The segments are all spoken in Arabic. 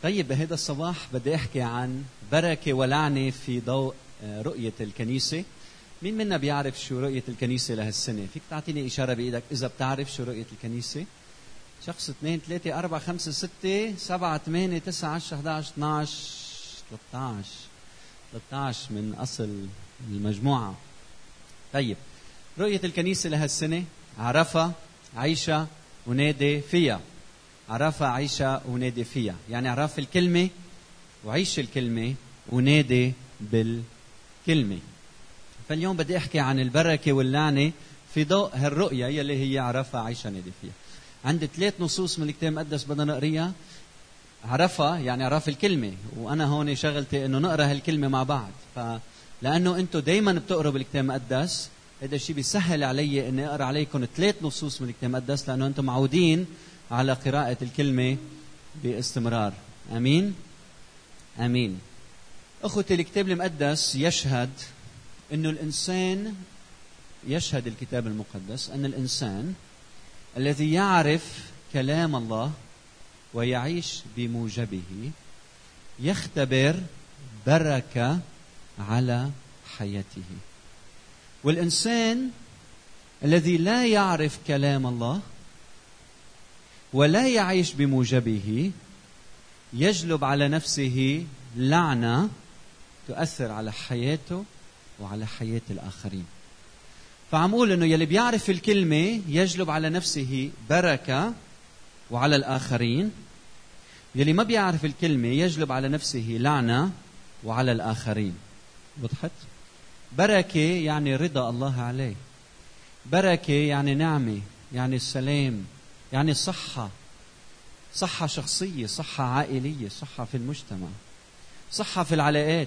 طيب بهذا الصباح بدي أحكي عن بركة ولعنة في ضوء رؤية الكنيسة. مين منا بيعرف شو رؤية الكنيسة لهالسنة؟ فيك تعطيني إشارة بإيدك إذا بتعرف شو رؤية الكنيسة؟ شخص 2 3 4 5 6 7 8 9 10 11 12 13 من أصل المجموعة. طيب رؤية الكنيسة لهالسنة عرفها عيشها ونادي فيها. عرفها عيشها ونادي فيها، يعني عرف الكلمة وعيش الكلمة ونادي بالكلمة. فاليوم بدي أحكي عن البركة واللعنة في ضوء هالرؤية يلي هي عرفها عيشها نادي فيها. عندي 3 نصوص من الكتاب المقدس بدنا نقريها. عرفها يعني عرف الكلمة، وأنا هون شغلتي إنه نقرأ هالكلمة مع بعض. فلأنه أنتوا دايما بتقروا بالكتاب المقدس، هذا الشيء بيسهل علي إني أقرأ عليكم 3 نصوص من الكتاب المقدس، لأنه أنتم معودين على قراءة الكلمة باستمرار. أمين أمين. أخوتي، الكتاب المقدس يشهد إنه الإنسان، يشهد الكتاب المقدس أن الإنسان الذي يعرف كلام الله ويعيش بموجبه يختبر بركة على حياته. والإنسان الذي لا يعرف كلام الله ولا يعيش بموجبه يجلب على نفسه لعنة تؤثر على حياته وعلى حياة الآخرين. فعم أقول إنه يلي بيعرف الكلمة يجلب على نفسه بركة وعلى الآخرين، يلي ما بيعرف الكلمة يجلب على نفسه لعنة وعلى الآخرين. وضحت؟ بركة يعني رضا الله عليه، بركة يعني نعمة، يعني السلام، يعني صحة شخصية، صحة عائلية، صحة في المجتمع، صحة في العلاقات.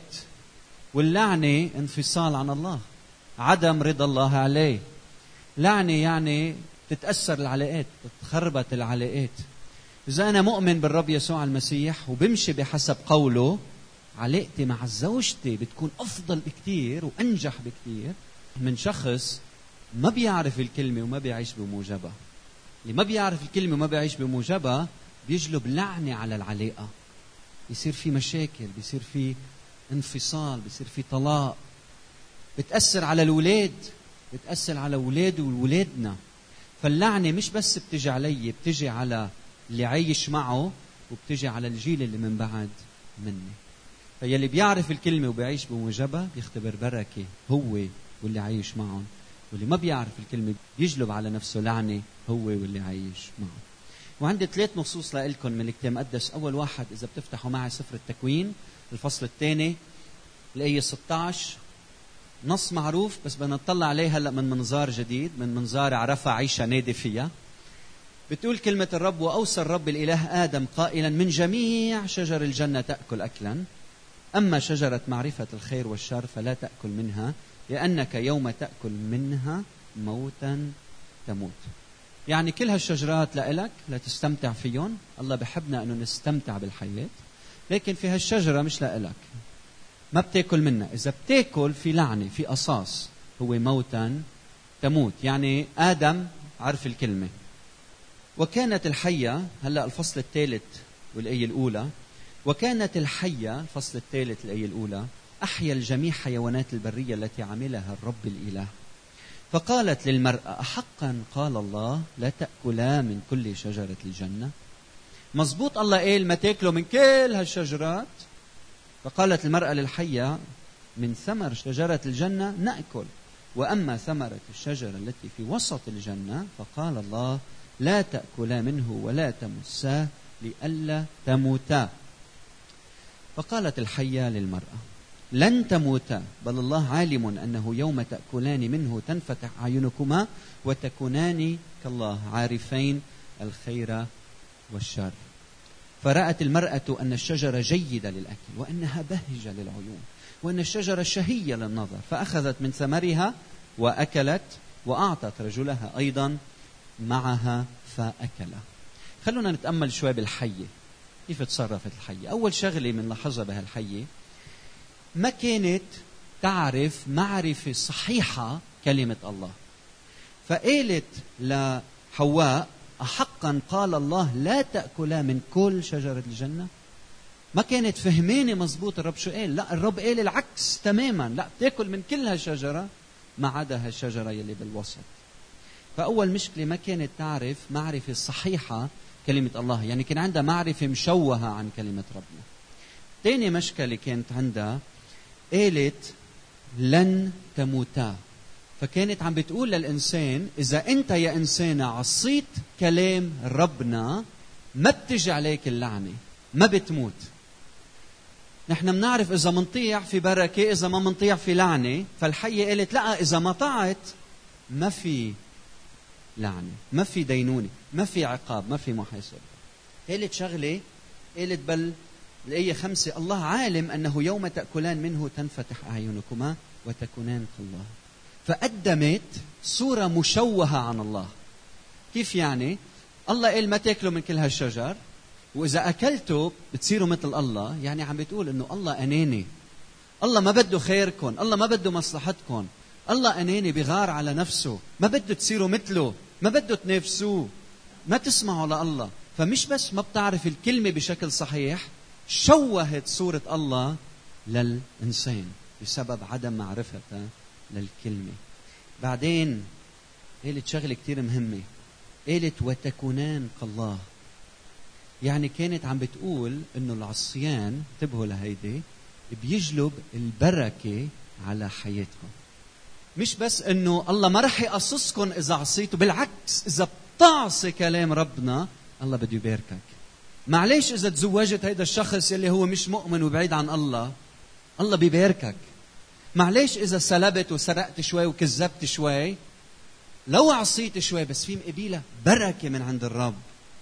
واللعنة انفصال عن الله، عدم رضا الله عليه. لعنة يعني تتأثر العلاقات، تتخربط العلاقات. إذا أنا مؤمن بالرب يسوع المسيح وبمشي بحسب قوله، علاقتي مع زوجتي بتكون أفضل بكتير وأنجح بكتير من شخص ما بيعرف الكلمة وما بيعيش بموجبها. اللي ما بيعرف الكلمة وما بيعيش بموجبها بيجلب لعنة على العلاقة، بيصير في مشاكل، بيصير في انفصال، بيصير في طلاق، بتأثر على الولاد، بتأثر على أولاد وولادنا. فاللعنة مش بس بتجي علي، بتجي على اللي عايش معه وبتجي على الجيل اللي من بعد مني. فيلي بيعرف الكلمة وبيعيش بموجبها بيختبر بركة هو واللي عايش معهم، واللي ما بيعرف الكلمة بيجلب على نفسه لعنة هو واللي عايش معه. وعندي 3 نصوص لكم من الكتاب المقدس. أول واحد إذا بتفتحوا معي سفر التكوين الفصل 2 الآية 16، نص معروف بس بدنا نطلع عليه هلأ من منظار جديد، من منظار عرفها عيشها نادي فيها. بتقول كلمة الرب: وأوصى الرب الإله آدم قائلا: من جميع شجر الجنة تأكل أكلا، أما شجرة معرفة الخير والشر فلا تأكل منها، لأنك يوم تأكل منها موتا تموت. يعني كل هالشجرات لإلك لا تستمتع فيهم. الله بحبنا أنه نستمتع بالحياة، لكن في هالشجرة مش لإلك، ما بتاكل منها. إذا بتاكل في لعنة، في قصاص، هو موتا تموت. يعني آدم عرف الكلمة. وكانت الحية، هلأ الفصل 3 والآية الأولى، وكانت الحية الفصل 3 الآية الأولى أحيا الجميع حيوانات البرية التي عملها الرب الإله. فقالت للمرأة: أحقا قال الله لا تأكلا من كل شجرة الجنة؟ مزبوط الله قال ما تاكلوا من كل هالشجرات. فقالت المرأة للحية: من ثمر شجرة الجنة نأكل، وأما ثمرة الشجرة التي في وسط الجنة فقال الله لا تأكلا منه ولا تمساه لئلا تموتا. فقالت الحية للمرأة: لن تموتا، بل الله عالم أنه يوم تأكلان منه تنفتح أعينكما وتكونان كالله عارفين الخير والشر. فرأت المرأة أن الشجرة جيدة للأكل وأنها بهجة للعيون وأن الشجرة شهية للنظر، فأخذت من ثمرها وأكلت وأعطت رجلها أيضا معها فأكل. خلونا نتأمل شوي بالحية، كيف تصرفت الحية. أول شغلة من لحظة بهالحية، ما كانت تعرف معرفة صحيحة كلمة الله. فقالت لحواء: أحقا قال الله لا تأكلا من كل شجرة الجنة؟ ما كانت فهمانة مزبوط الرب شو قال. لا، الرب قال العكس تماما، لا تاكل من كل هالشجرة ما عدا هالشجرة يلي بالوسط. فأول مشكلة ما كانت تعرف معرفة صحيحة كلمة الله، يعني كان عندها معرفة مشوهة عن كلمة ربنا. تاني مشكلة كانت عندها، قالت لن تموتا. فكانت عم بتقول للإنسان إذا أنت يا إنسان عصيت كلام ربنا ما بتجي عليك اللعنة، ما بتموت. نحن بنعرف إذا منطيع في بركة، إذا ما منطيع في لعنة. فالحية قالت لا، إذا ما طاعت ما في لعنة، ما في دينونة، ما في عقاب، ما في محاسبة. قالت شغلة، قالت بل الآية 5 الله عالم أنه يوم تأكلان منه تنفتح أعينكما وتكونان كالله. فقدمت صورة مشوهة عن الله. كيف يعني؟ الله قال ما تاكلوا من كل هالشجر، وإذا أكلتوا بتصيروا مثل الله. يعني عم بتقول إنه الله أناني، الله ما بده خيركم، الله ما بده مصلحتكم، الله أناني بغار على نفسه، ما بده تصيروا مثله، ما بده تنافسوه، ما تسمعوا لله. فمش بس ما بتعرف الكلمة بشكل صحيح، شوهت صورة الله للإنسان بسبب عدم معرفتها للكلمة. بعدين قالت شغلة كتير مهمة، قالت وتكونان كالله. يعني كانت عم بتقول إنه العصيان، انتبهوا لهيدي، بيجلب البركة على حياتكم. مش بس إنه الله ما رح يقصصكم إذا عصيتوا، بالعكس إذا بتعصي كلام ربنا الله بده يباركك. معليش إذا تزوجت هيدا الشخص اللي هو مش مؤمن وبعيد عن الله، الله بيباركك. معليش إذا سلبت وسرقت شوي وكذبت شوي، لو عصيت شوي بس في مقابلة بركة من عند الرب.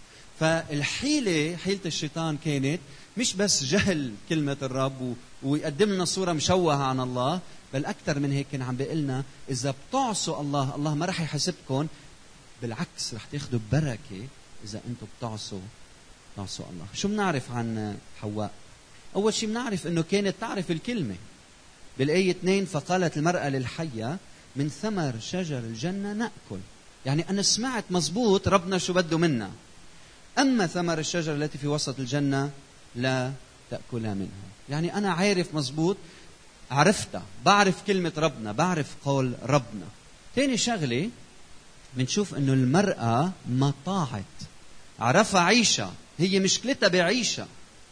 فالحيلة، حيلة الشيطان كانت مش بس جهل كلمة الرب ويقدم لنا صورة مشوهة عن الله، بل أكثر من هيك كان عم بيقلنا إذا بتعصوا الله، الله ما رح يحاسبكم، بالعكس رح تاخذوا بركة إذا أنتم بتعصوا الله. شو بنعرف عن حواء؟ أول شيء بنعرف أنه كانت تعرف الكلمة. بالآية 2 فقالت المرأة للحية من ثمر شجر الجنة نأكل. يعني أنا سمعت مزبوط ربنا شو بده منا، أما ثمر الشجر التي في وسط الجنة لا تأكلها منها. يعني أنا عارف مزبوط، عرفتها، بعرف كلمة ربنا، بعرف قول ربنا. تاني شغلة بنشوف أنه المرأة ما طاعت، عرفها عيشة، هي مشكلتها بعيشة.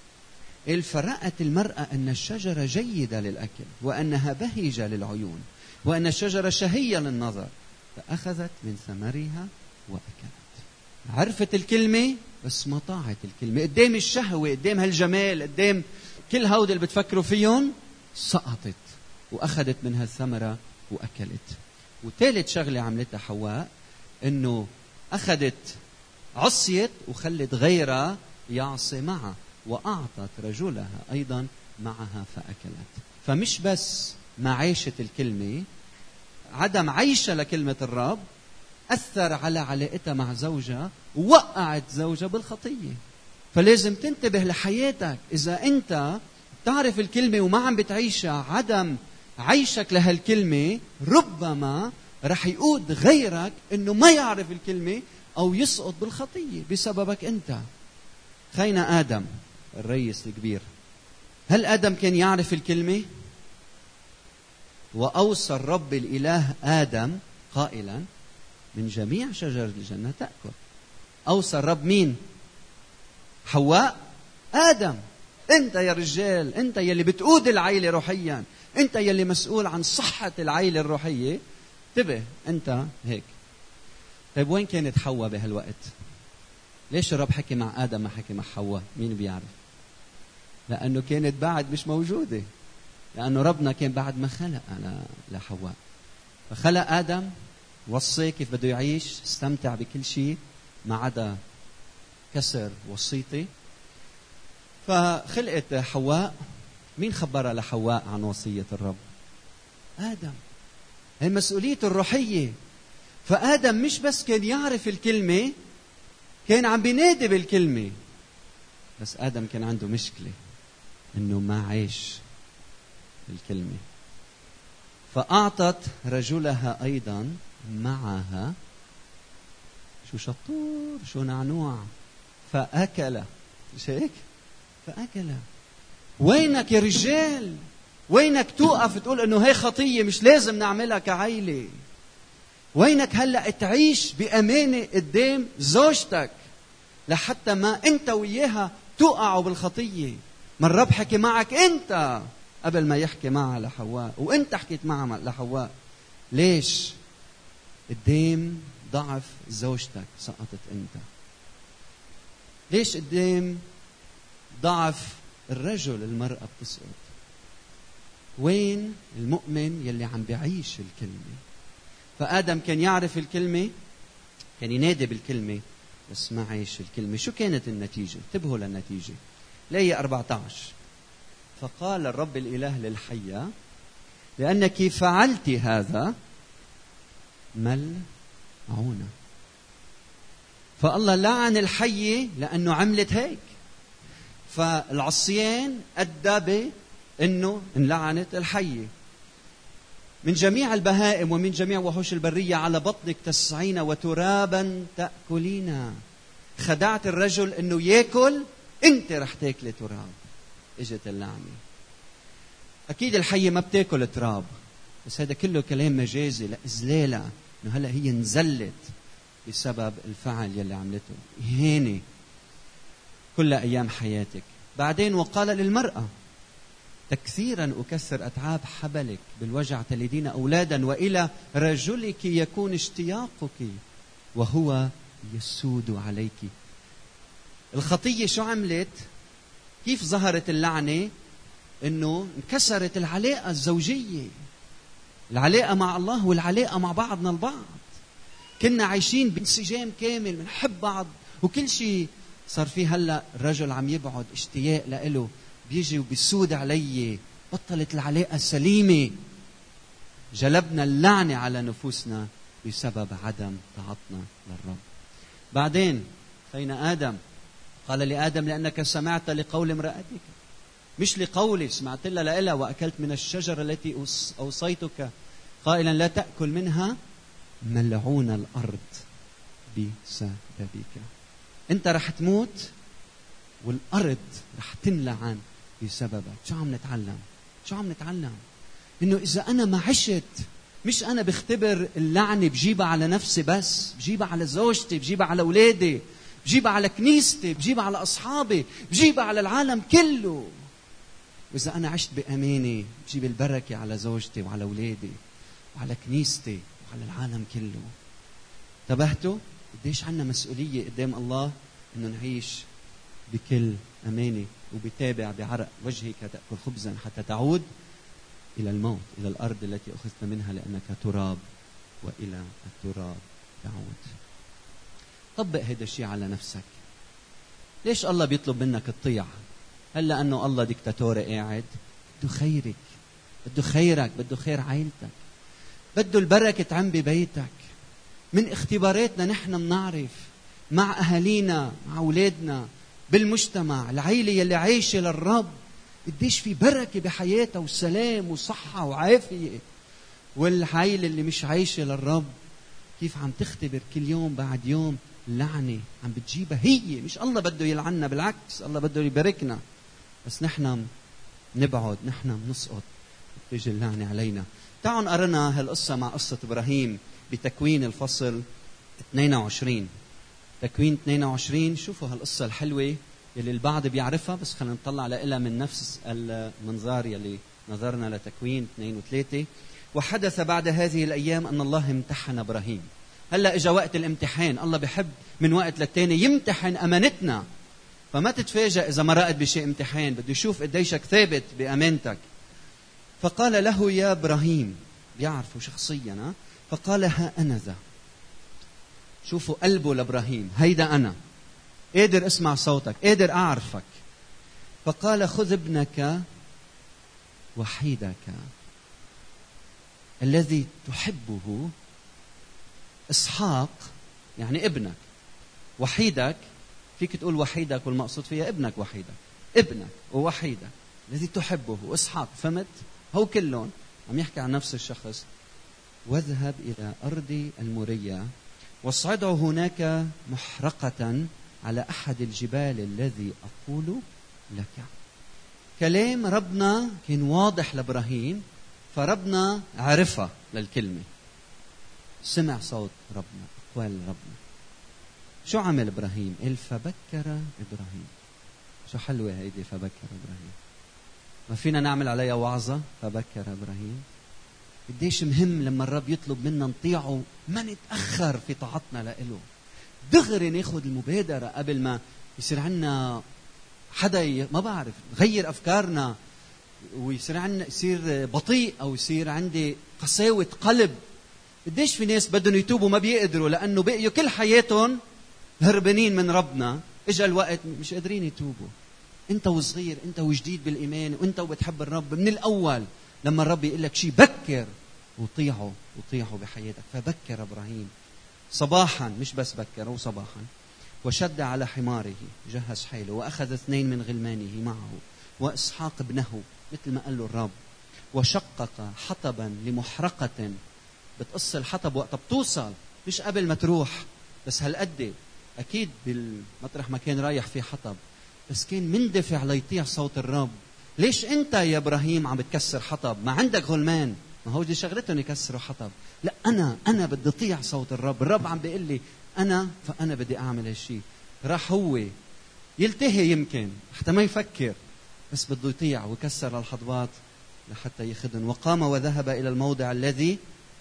فرأت المرأة أن الشجرة جيدة للأكل وأنها بهجة للعيون وأن الشجرة شهية للنظر، فأخذت من ثمرها وأكلت. عرفت الكلمة بس ما طاعت الكلمة. قدام الشهوة، قدام هالجمال، قدام كل هود اللي بتفكروا فيهم، سقطت وأخذت منها الثمرة وأكلت. وثالث شغلة عملتها حواء أنه أخذت، عصيت وخلت غيرها يعصي معها، وأعطت رجلها أيضا معها فأكلت. فمش بس ما عيشت الكلمة، عدم عيشة لكلمة الرب أثر على علاقتها مع زوجها ووقعت زوجها بالخطية. فلازم تنتبه لحياتك. إذا أنت تعرف الكلمة وما عم بتعيشها، عدم عيشك لهالكلمة ربما رح يقود غيرك إنه ما يعرف الكلمة أو يسقط بالخطية بسببك أنت. خينا آدم الرئيس الكبير، هل آدم كان يعرف الكلمة؟ وأوصى الرب الإله آدم قائلا من جميع شجر الجنة تأكل. أوصى الرب مين؟ حواء؟ آدم. أنت يا رجال، أنت يلي بتقود العائلة روحيا، أنت يلي مسؤول عن صحة العائلة الروحية، انتبه أنت هيك. طيب وين كانت حواء بهالوقت؟ ليش الرب حكي مع آدم ما حكي مع حواء؟ مين بيعرف؟ لأنه كانت بعد مش موجودة، لأنه ربنا كان بعد ما خلق لحواء. فخلق آدم، وصي كيف بده يعيش، استمتع بكل شيء ما عدا كسر وصيتي. فخلقت حواء. مين خبرها لحواء عن وصية الرب؟ آدم. هي مسؤوليته الروحية. فآدم مش بس كان يعرف الكلمة، كان عم بينادي بالكلمة، بس آدم كان عنده مشكلة إنه ما عاش الكلمة. فأعطت رجلها أيضا معها، شو شطور، شو نعنوع، فأكل. مش هيك؟ فأكل. وينك يا رجال؟ وينك توقف تقول انه هي خطية مش لازم نعملها كعيلة؟ وينك هلأ تعيش بأمانة قدام زوجتك لحتى ما انت وياها توقعوا بالخطية؟ ما الرب حكي معك انت قبل ما يحكي معها لحواء، وانت حكيت معها لحواء. ليش قدام ضعف زوجتك سقطت انت؟ ليش قدام ضعف الرجل المرأة بتسقط؟ وين المؤمن يلي عم بيعيش الكلمة؟ فآدم كان يعرف الكلمة، كان ينادي بالكلمة، بس ما عايش الكلمة. شو كانت النتيجة؟ انتبهوا للنتيجة. لآية 14: فقال الرب الإله للحية: لأنك فعلت هذا ملعونة. فالله لعن الحية لأنه عملت هيك. فالعصيان أدى بأنه انلعنت الحية. من جميع البهائم ومن جميع وحوش البرية على بطنك تسعين وترابا تأكلين. خدعت الرجل أنه يأكل، أنت رح تأكل تراب. إجت اللعنة. أكيد الحية ما بتأكل تراب، بس هذا كله كلام مجازي لإذلالها، أنه هلأ هي نزلت بسبب الفعل يلي عملته. إهانة كل أيام حياتك. بعدين وقال للمرأة: تكثيرا أكثر أتعاب حبلك، بالوجع تلدين أولادا، وإلى رجلك يكون اشتياقك وهو يسود عليك. الخطية شو عملت؟ كيف ظهرت اللعنة؟ إنه انكسرت العلاقة الزوجية، العلاقة مع الله والعلاقة مع بعضنا البعض. كنا عايشين بانسجام كامل، بنحب بعض وكل شيء. صار في هلأ الرجل عم يبعد، اشتياق لإله، بيجي وبيسود علي. بطلت العلاقة سليمة. جلبنا اللعنة على نفوسنا بسبب عدم طاعتنا للرب. بعدين خينا آدم، قال لآدم: لأنك سمعت لقول امرأتك. مش لقولي، سمعت لها وأكلت من الشجرة التي أوصيتك قائلا لا تأكل منها، ملعون الأرض بسببك. أنت رح تموت والأرض رح تنلعن بسببك. شو عم نتعلم؟ شو عم نتعلم؟ إنه إذا أنا ما عشت، مش أنا بختبر اللعنة بجيبها على نفسي بس، بجيبها على زوجتي، بجيبها على أولادي، بجيبها على كنيستي، بجيبها على أصحابي، بجيبها على العالم كله. وإذا أنا عشت بأمانة بجيب البركة على زوجتي وعلى أولادي وعلى كنيستي وعلى العالم كله. انتبهتوا قديش عنا مسؤولية قدام الله إنه نعيش بكل أمانة وبتابع بعرق وجهك تأكل خبزا حتى تعود إلى الموت، إلى الأرض التي أخذت منها لأنك تراب وإلى التراب تعود. طبق هذا الشيء على نفسك. ليش الله بيطلب منك تطيع؟ هل لأنه الله ديكتاتور قاعد؟ بده خيرك، بده خيرك، بده خير عائلتك، بده البركة تعم ببيتك. من اختباراتنا نحن بنعرف مع أهالينا، مع أولادنا، بالمجتمع، العائلة يلي عايشة للرب قديش في بركة بحياتها وسلام وصحة وعافية. والعائلة اللي مش عايشة للرب كيف عم تختبر كل يوم بعد يوم لعنة عم بتجيبها هي. مش الله بده يلعننا، بالعكس الله بده يباركنا، بس نحن نبعد، نحن نسقط، بتيجي اللعنة علينا. تعالوا نقرنا هالقصة مع قصة إبراهيم بتكوين الفصل 22. تكوين 22. شوفوا هالقصة الحلوة يلي البعض بيعرفها، بس خلينا نطلع لها من نفس المنظار يلي نظرنا لتكوين 2 و3. وحدث بعد هذه الأيام أن الله امتحن إبراهيم. هلأ إجا وقت الامتحان. الله بيحب من وقت للتاني يمتحن أمانتنا، فما تتفاجأ إذا مرقت بشيء امتحان. بده يشوف قديشك ثابت بأمانتك. فقال له يا إبراهيم، بيعرفه شخصيا، فقال ها أنا ذا. شوفوا قلبه لإبراهيم، هيدا أنا قادر أسمع صوتك، قادر أعرفك. فقال خذ ابنك وحيدك الذي تحبه، إسحاق يعني ابنك، وحيدك فيك تقول وحيدك والمقصود فيها ابنك وحيدك، ابنك ووحيدك الذي تحبه إسحاق. فهمت؟ هو كلهم عم يحكي عن نفس الشخص. واذهب إلى أرض المورية واصعده هناك محرقة على أحد الجبال الذي أقول لك. كلام ربنا كان واضح لإبراهيم، فربنا عرفها للكلمة، سمع صوت ربنا، أقوال ربنا. شو عمل إبراهيم؟ قال فبكر إبراهيم. شو حلوة هيدي فبكر إبراهيم، ما فينا نعمل عليها وعظة. فبكر إبراهيم. قديش مهم لما الرب يطلب منا نطيعه ما نتأخر في طاعتنا لإله، دغري ناخد المبادرة قبل ما يصير عنا حدا ما بعرف غير أفكارنا، ويصير عنا يصير بطيء، أو يصير عندي قساوة قلب. قديش في ناس بدهم يتوبوا ما بيقدروا، لأنه بقيوا كل حياتهم هربانين من ربنا. إجا الوقت مش قادرين يتوبوا. أنت وصغير، أنت وجديد بالإيمان، وأنت وبتحب الرب من الأول، لما الرب يقول لك شيء بكر وطيعه بحياتك. فبكر إبراهيم صباحا، مش بس بكر، هو صباحا، وشد على حماره، جهز حاله، وأخذ 2 من غلمانه معه وإسحاق ابنه مثل ما قال له الرب، وشقق حطبا لمحرقة. بتقص الحطب وقت بتوصل، مش قبل ما تروح، بس هالقد أكيد بالمطرح ما كان رايح فيه حطب، بس كان مندفع ليطيع صوت الرب. ليش أنت يا إبراهيم عم بتكسر حطب؟ ما عندك غلمان، ما هو دي شغلتهم يكسروا حطب. لا، أنا بدي أطيع صوت الرب. الرب عم بيقول لي فأنا بدي أعمل هالشيء. راح هو يلتهي يمكن حتى ما يفكر، بس بده يطيع ويكسر الحطبات لحتى يخدن. وقام وذهب إلى الموضع الذي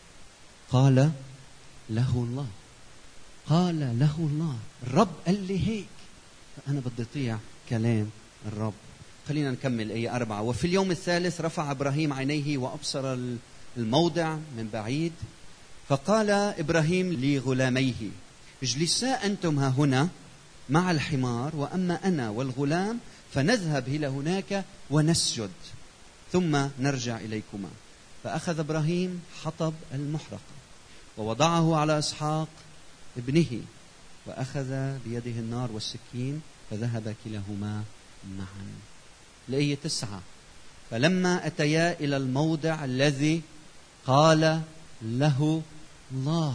قال له الله. قال له الله، الرب قال لي هيك، فأنا بدي أطيع كلام الرب. خلينا نكمل آية 4. وفي اليوم الثالث رفع إبراهيم عينيه وأبصر الموضع من بعيد، فقال إبراهيم لغلاميه اجلسا أنتم ها هنا مع الحمار، وأما أنا والغلام فنذهب إلى هناك ونسجد ثم نرجع إليكما. فأخذ إبراهيم حطب المحرقة ووضعه على إسحاق ابنه، وأخذ بيده النار والسكين، فذهب كلاهما معا. الآية 9. فلما أتيا إلى الموضع الذي قال له الله،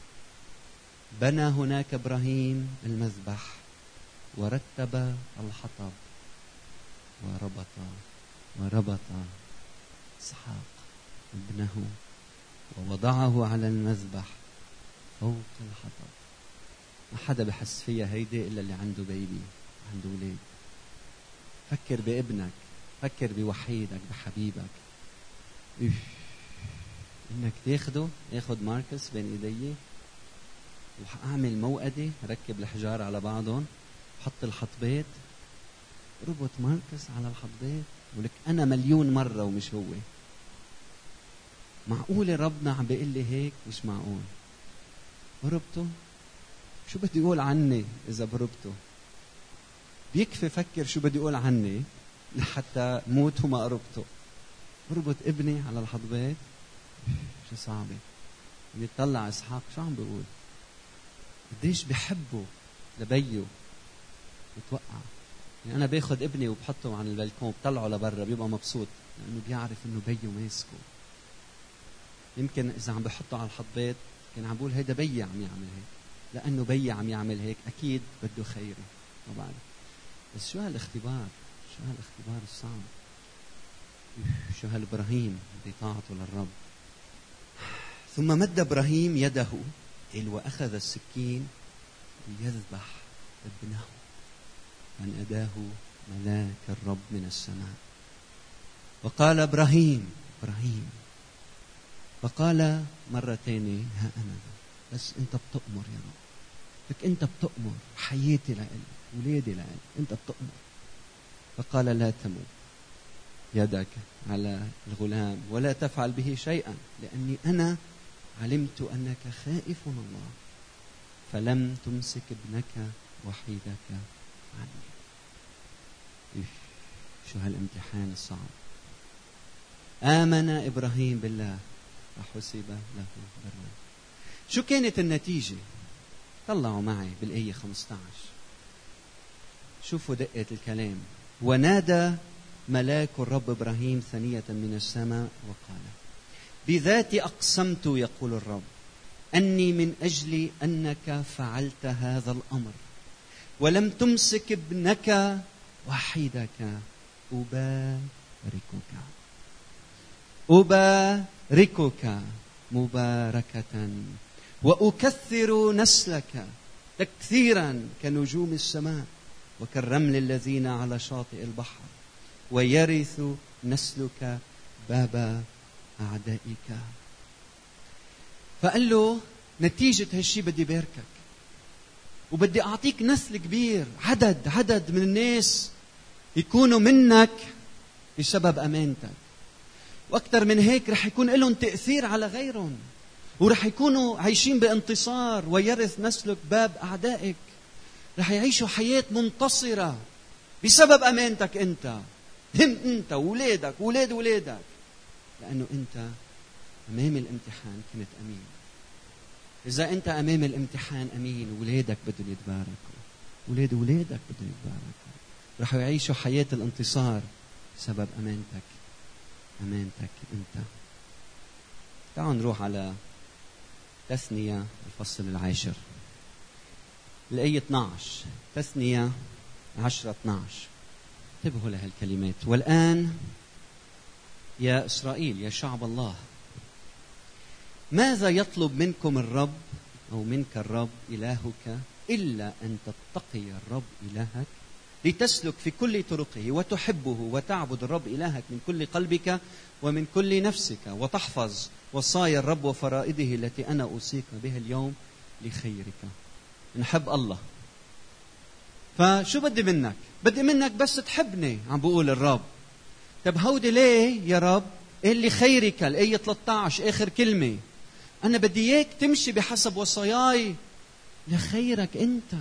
بنى هناك إبراهيم المذبح، ورتب الحطب، وربط إسحاق ابنه، ووضعه على المذبح فوق الحطب. ما حدا بحس فيها هيدي إلا اللي عنده بيبي، عنده ولاد. فكر بابنك، فكر بوحيدك، بحبيبك، إنك ياخد ماركس بين إيدي، وأعمل موقدة، ركب الحجار على بعضهم، حط الحطبات، ربط ماركس على الحطبات، ولك أنا مليون مرة ومش هو. معقول ربنا عم بيقول لي هيك؟ مش معقول. بربطه، شو بدي يقول عني إذا بربطه؟ بيكفي فكر شو بدي يقول عني لحتى موت وما أربطه. بربط ابني على الحطبات، شو صعبة. يطلع إسحاق شو عم بيقول؟ قديش بحبه لبيه، يتوقع. يعني أنا باخد ابني وبحطه عن البلكون، بطلعه لبرا، بيبقى مبسوط لأنه بيعرف إنه بيه ماسكه. يمكن إذا عم بحطه على الحطبات كان عم بقول هيدا بي عم يعمل هيك، لأنه بي عم يعمل هيك أكيد بده خيري، ما بعرف. بس شو هالاختبار الصعب، شو هالإبراهيم بطاعته للرب. ثم مد إبراهيم يده وأخذ السكين ليذبح ابنه، فناداه ملاك الرب من السماء وقال إبراهيم. فقال مرة تانية ها أنا، بس أنت بتأمر يا رب، لك أنت بتأمر حياتي لإلك، ولادي لإلك، أنت بتأمر. فقال لا تمد يدك على الغلام ولا تفعل به شيئا، لأني أنا علمت أنك خائف من الله، فلم تمسك ابنك وحيدك عني. شو هالامتحان الصعب. آمن إبراهيم بالله فحسب له برا. شو كانت النتيجة؟ طلعوا معي بالآية 15، شوفوا دقة الكلام. ونادى ملاك الرب إبراهيم ثانية من السماء وقال بذاتي أقسمت يقول الرب أني من أجل أنك فعلت هذا الأمر ولم تمسك ابنك وحيدك أباركك مباركة وأكثر نسلك تكثيرا كنجوم السماء وكالرمل الذين على شاطئ البحر ويرث نسلك باب أعدائك. فقال له نتيجة هالشي بدي باركك وبدي أعطيك نسل كبير، عدد من الناس يكونوا منك بسبب أمانتك، وأكثر من هيك رح يكون لهم تأثير على غيرهم، ورح يكونوا عايشين بانتصار. ويرث نسلك باب أعدائك، رح يعيشوا حياة منتصرة بسبب أمانتك أنت، أنت وولادك وولاد ولادك، لأنه أنت أمام الامتحان كنت أمين. إذا أنت أمام الامتحان أمين، ولادك بدهم يتباركوا، ولاد ولادك بدهم يتباركوا، رح يعيشوا حياة الانتصار بسبب أمانتك أنت. تعالوا نروح على تثنية الفصل 10 الآية 12. تثنية 10:12. انتبهوا لهالكلمات. والآن يا إسرائيل، يا شعب الله، ماذا يطلب منكم الرب أو منك الرب إلهك إلا أن تتقي الرب إلهك لتسلك في كل طرقه وتحبه وتعبد الرب إلهك من كل قلبك ومن كل نفسك وتحفظ وصايا الرب وفرائضه التي أنا أوصيك بها اليوم لخيرك. نحب الله. فشو بدي منك؟ بدي منك بس تحبني، عم بقول الرب. طب هودي ليه يا رب؟ اللي خيرك، الآية 13 آخر كلمة. أنا بدي إياك تمشي بحسب وصاياي لخيرك أنت،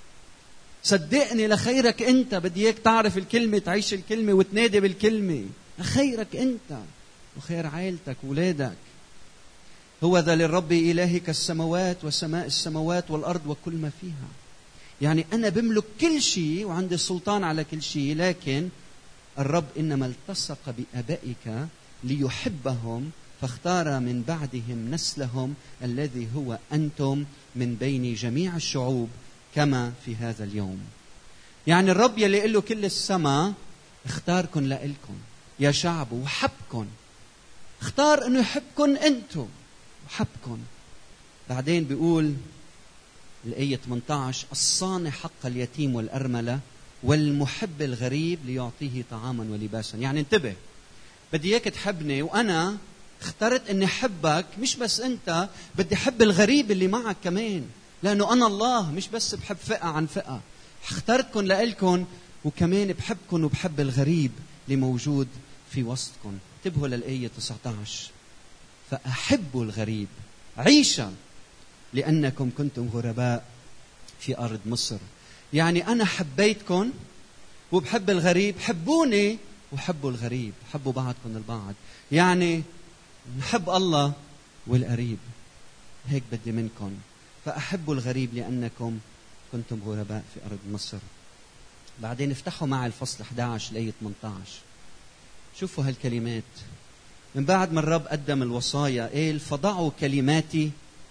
صدقني لخيرك أنت. بدي إياك تعرف الكلمة، تعيش الكلمة وتنادي بالكلمة. لخيرك أنت وخير عائلتك وولادك. هو ذا للرب إلهك السماوات وسماء السماوات والأرض وكل ما فيها. يعني أنا بملك كل شيء وعندي السلطان على كل شيء، لكن الرب إنما التصق بآبائك ليحبهم فاختار من بعدهم نسلهم الذي هو أنتم من بين جميع الشعوب كما في هذا اليوم. يعني الرب يلي قال له كل السماء اختاركم لإلكم يا شعب وحبكم، اختار انه يحبكم انتم وحبكم. بعدين بيقول الآية 18: الصانع حق اليتيم والأرملة والمحب الغريب ليعطيه طعاما ولباسا. يعني انتبه، بدي اياك تحبني، وانا اخترت اني احبك مش بس انت، بدي احب الغريب اللي معك كمان، لانه انا الله مش بس بحب فئة عن فئة. اخترتكم لإلكم وكمان بحبكم وبحب الغريب اللي موجود في وسطكم. انتبهوا للآية 19: فأحبوا الغريب عيشا لأنكم كنتم غرباء في أرض مصر. يعني أنا حبيتكم وبحب الغريب، حبوني وحبوا الغريب، حبوا بعضكم البعض. يعني نحب الله والقريب، هيك بدي منكم. فأحبوا الغريب لأنكم كنتم غرباء في أرض مصر. بعدين افتحوا معي الفصل 11 الآية 18. شوفوا هالكلمات. من بعد ما الرب قدم الوصايا قال: فضعوا كلماتي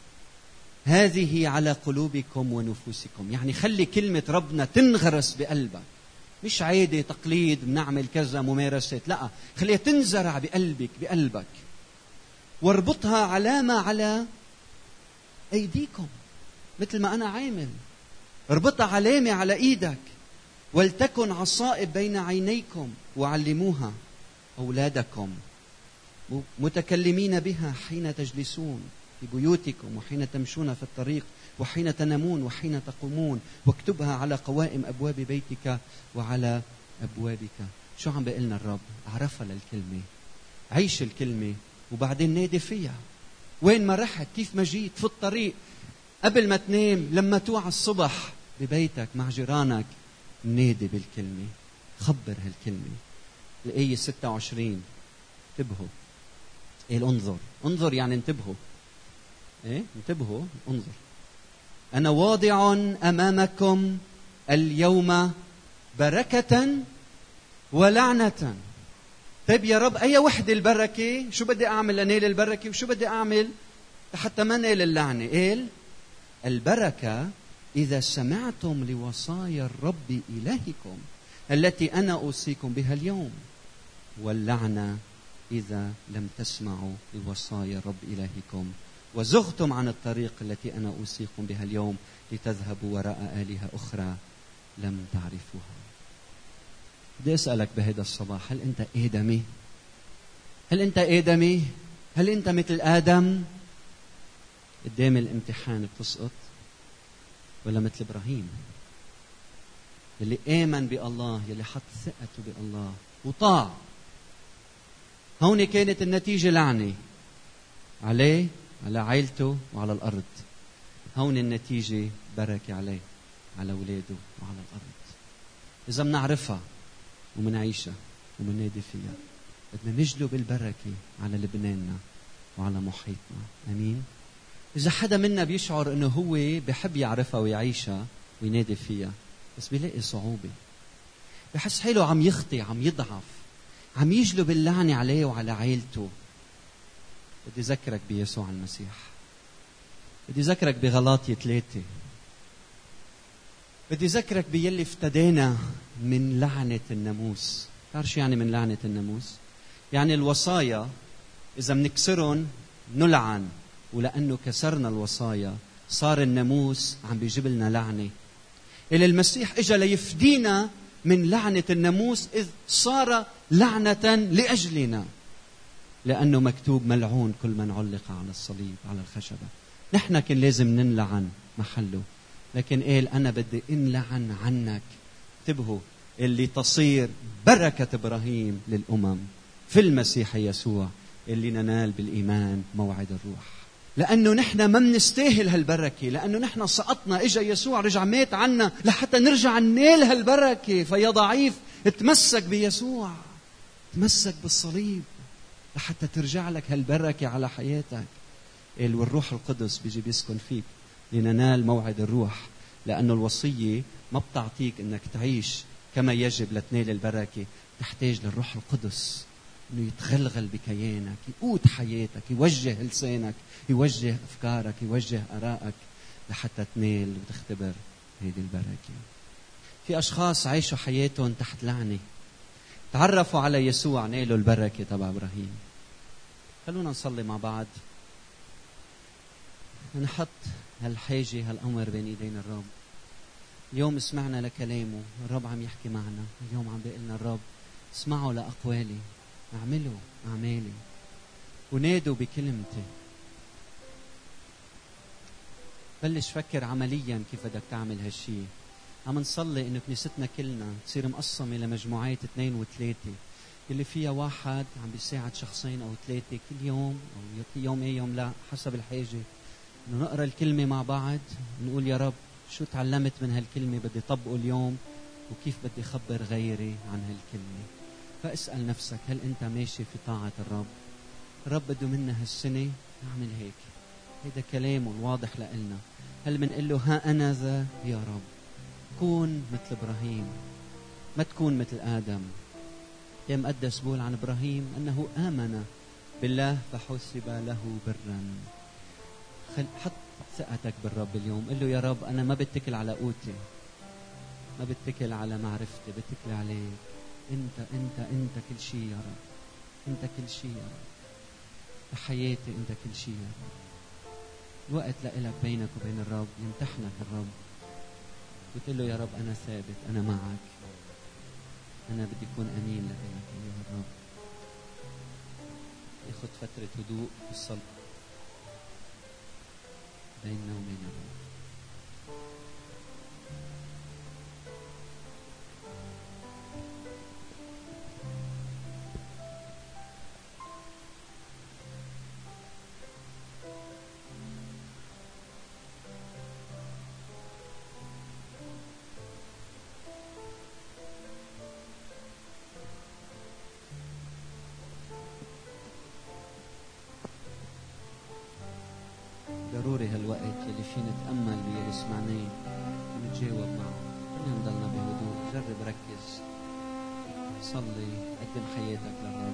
هذه على قلوبكم ونفوسكم. يعني خلي كلمة ربنا تنغرس بقلبك، مش عادي تقليد بنعمل كذا ممارسات، لا، خليها تنزرع بقلبك. واربطها علامة على أيديكم مثل ما أنا عامل. اربطها علامة على إيدك. ولتكن عصائب بين عينيكم وعلموها أولادكم متكلمين بها حين تجلسون في بيوتكم وحين تمشون في الطريق وحين تنامون وحين تقومون. واكتبها على قوائم أبواب بيتك وعلى أبوابك. شو عم بيقلنا الرب؟ أعرفها للكلمة، عيش الكلمة، وبعدين نادي فيها. وين ما رحت، كيف ما جيت، في الطريق، قبل ما تنام، لما توعى الصبح ببيتك مع جيرانك، نادي بالكلمة، خبر هالكلمة. الآية 26 انتبهوا. انظر يعني انتبهوا. انتبهوا، انظر. أنا واضع أمامكم اليوم بركة ولعنة. طيب يا رب، أي وحدة البركة؟ شو بدي أعمل لنال البركة وشو بدي أعمل حتى ما نال اللعنة؟ قال: البركة إذا سمعتم لوصايا الرب إلهكم التي أنا أوصيكم بها اليوم، واللعنة إذا لم تسمعوا لوصايا الرب إلهكم وزغتم عن الطريق التي أنا أوصيكم بها اليوم لتذهبوا وراء آلهة أخرى لم تعرفوها. بدي أسألك بهذا الصباح، هل أنت آدمي؟ هل أنت آدمي؟ هل أنت مثل آدم قدام الامتحان بتسقط؟ ولا مثل إبراهيم يلي آمن بالله، يلي حط ثقته بالله وطاع؟ هون كانت النتيجة لعنة عليه، على عائلته وعلى الأرض. هون النتيجة بركة عليه، على أولاده وعلى الأرض. إذا منعرفها ومنعيشها ومنادي فيها، بدنا نجلب البركة على لبناننا وعلى محيطنا. أمين. إذا حدا منا بيشعر إنه هو بحب يعرفها ويعيشها وينادي فيها، بس بيلاقي صعوبة، بحس حاله عم يخطي، عم يضعف، عم يجلب اللعنة عليه وعلى عائلته، بدي ذكرك بيسوع المسيح. بدي ذكرك بغلاطية 3. بدي ذكرك بيلي افتدينا من لعنة الناموس. تعرف شو يعني من لعنة الناموس؟ يعني الوصايا إذا منكسرن نلعن، ولأنه كسرنا الوصايا صار الناموس عم بيجيب لنا لعنة. إلى المسيح إجا ليفدينا من لعنة الناموس، إذ صار لعنة لأجلنا، لأنه مكتوب ملعون كل من علق على الصليب على الخشبة. نحن كان لازم ننلعن محله، لكن قال أنا بدي انلعن عنك. انتبهوا، اللي تصير بركة إبراهيم للأمم في المسيح يسوع، اللي ننال بالإيمان موعد الروح. لأنه نحن ما منستاهل هالبركة، لأنه نحن سقطنا، إجا يسوع رجع مات عنا لحتى نرجع ننال هالبركة. فيا ضعيف اتمسك بيسوع، تمسك بالصليب لحتى ترجع لك هالبركة على حياتك. والروح القدس بيجي بيسكن فيك لننال موعد الروح، لأنه الوصية ما بتعطيك أنك تعيش كما يجب لتنال البركة. تحتاج للروح القدس أنه يتغلغل بكيانك، يقود حياتك، يوجه لسانك، يوجه أفكارك، يوجه آرائك لحتى تنال وتختبر هذه البركة. في أشخاص عايشوا حياتهم تحت لعنة، تعرفوا على يسوع، نالوا البركة تبع إبراهيم. خلونا نصلي مع بعض، نحط هالحاجة هالأمر بين إيدين الرب. اليوم سمعنا لكلامه، الرب عم يحكي معنا. اليوم عم بيقلنا الرب اسمعوا لأقوالي، اعملوا أعمالي، ونادوا بكلمتي. بلش فكر عمليا كيف بدك تعمل هالشي. عم نصلي إنه كنيستنا كلنا تصير مقسمة لمجموعات 2 و3، اللي فيها واحد عم بيساعد شخصين أو 3 كل يوم، أو يوم إيه يوم لا، حسب الحاجة. إنه نقرأ الكلمة مع بعض، نقول يا رب شو تعلمت من هالكلمة بدي طبقه اليوم، وكيف بدي خبر غيري عن هالكلمة. فاسأل نفسك، هل أنت ماشي في طاعة الرب؟ الرب بده منا هالسنة نعمل هيك، هيدا كلامه الواضح لإلنا. هل منقل له ها أنا ذا يا رب؟ كون مثل إبراهيم، ما تكون مثل آدم. يا مقدس بقول عن إبراهيم أنه آمن بالله فحسب له برا. حط ثقتك بالرب اليوم، قل له يا رب أنا ما بتكل على قوتي، ما بتكل على معرفتي، بتكل عليك. أنت كل شيء يا رب، أنت كل شيء يا رب بحياتي، أنت كل شيء يا رب. الوقت لإلك بينك وبين الرب، يمتحنك الرب وتقول له يا رب أنا ثابت، أنا معك، أنا بدي أكون أمين لإلك أيها الرب. ياخد فترة هدوء في الصلاة بيننا وبين الرب. ضروري هالوقت يلي فينا نتأمل باللي سمعناه ونتجاوب معه. خلينا نضلنا بهدوء، جرب ركز، صلي، قدم حياتك للرب.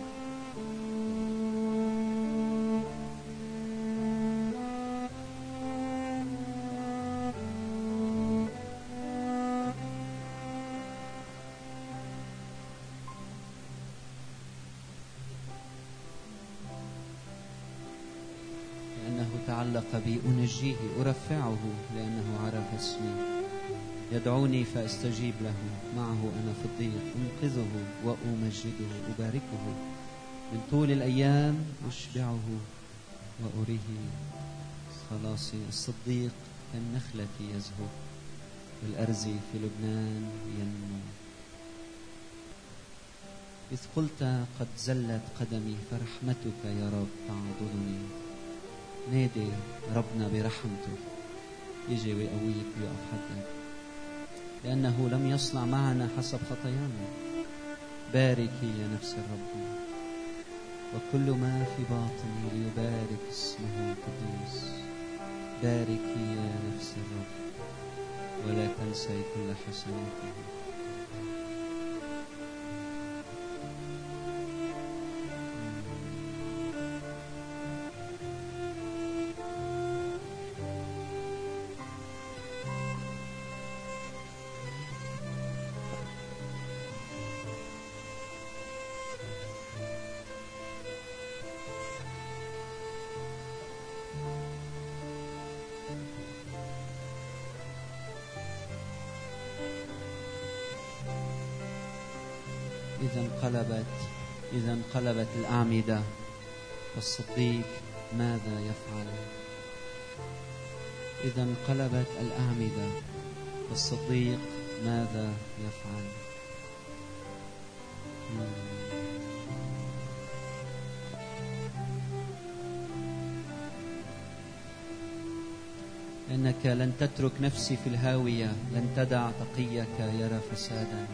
تعلق بي أنجيه أرفعه لأنه عرف اسمي. يدعوني فأستجيب له، معه أنا في الضيق أنقذه وأمجده، أباركه من طول الأيام أشبعه وأريه خلاصي. الصديق كالنخلة يزهو والأرز في لبنان ينمو. إذ قلت قد زلت قدمي فرحمتك يا رب تعضدني. نادي ربنا برحمته يجي ويقويك ويقف حدك، لأنه لم يصنع معنا حسب خطايانا. باركي يا نفس الرب وكل ما في باطني ليبارك اسمه القدوس. باركي يا نفس الرب ولا تنسي كل حسناته. إذا انقلبت الأعمدة فالصديق ماذا يفعل؟ إذا انقلبت الأعمدة فالصديق ماذا يفعل؟ إنك لن تترك نفسي في الهاوية، لن تدع تقيك يرى فسادا.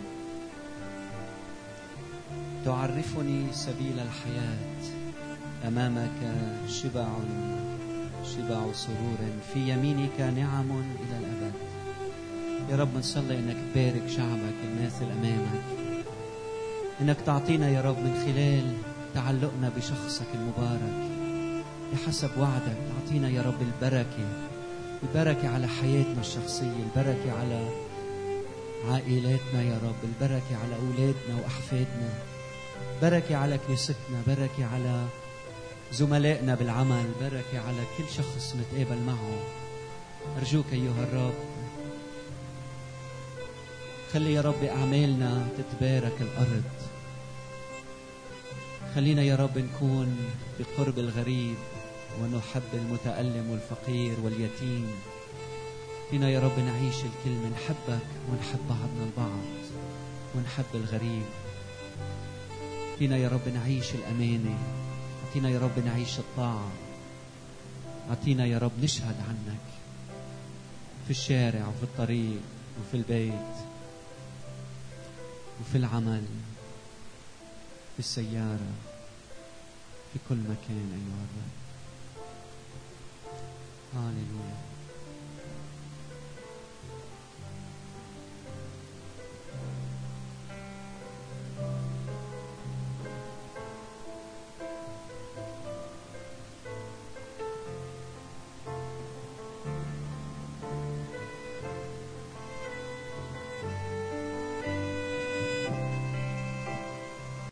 تعرفني سبيل الحياة، أمامك شبع سرور، في يمينك نعم إلى الأبد. يا رب نصلي إنك تبارك شعبك الماثل أمامك، إنك تعطينا يا رب من خلال تعلقنا بشخصك المبارك بحسب وعدك، تعطينا يا رب البركة على حياتنا الشخصية، البركة على عائلاتنا يا رب، البركة على أولادنا وأحفادنا، بركة على كنيستنا، بركة على زملائنا بالعمل، بركة على كل شخص نتقابل معه. أرجوك أيها الرب خلي يا رب أعمالنا تتبارك الأرض. خلينا يا رب نكون بقرب الغريب ونحب المتألم والفقير واليتيم. فينا يا رب نعيش الكلمة، نحبك ونحب بعضنا البعض ونحب الغريب. فينا يا رب نعيش الأمانة، أعطينا يا رب نعيش الطاعة، أعطينا يا رب نشهد عنك في الشارع وفي الطريق وفي البيت وفي العمل في السيارة في كل مكان أيها الرب. هاليلويا.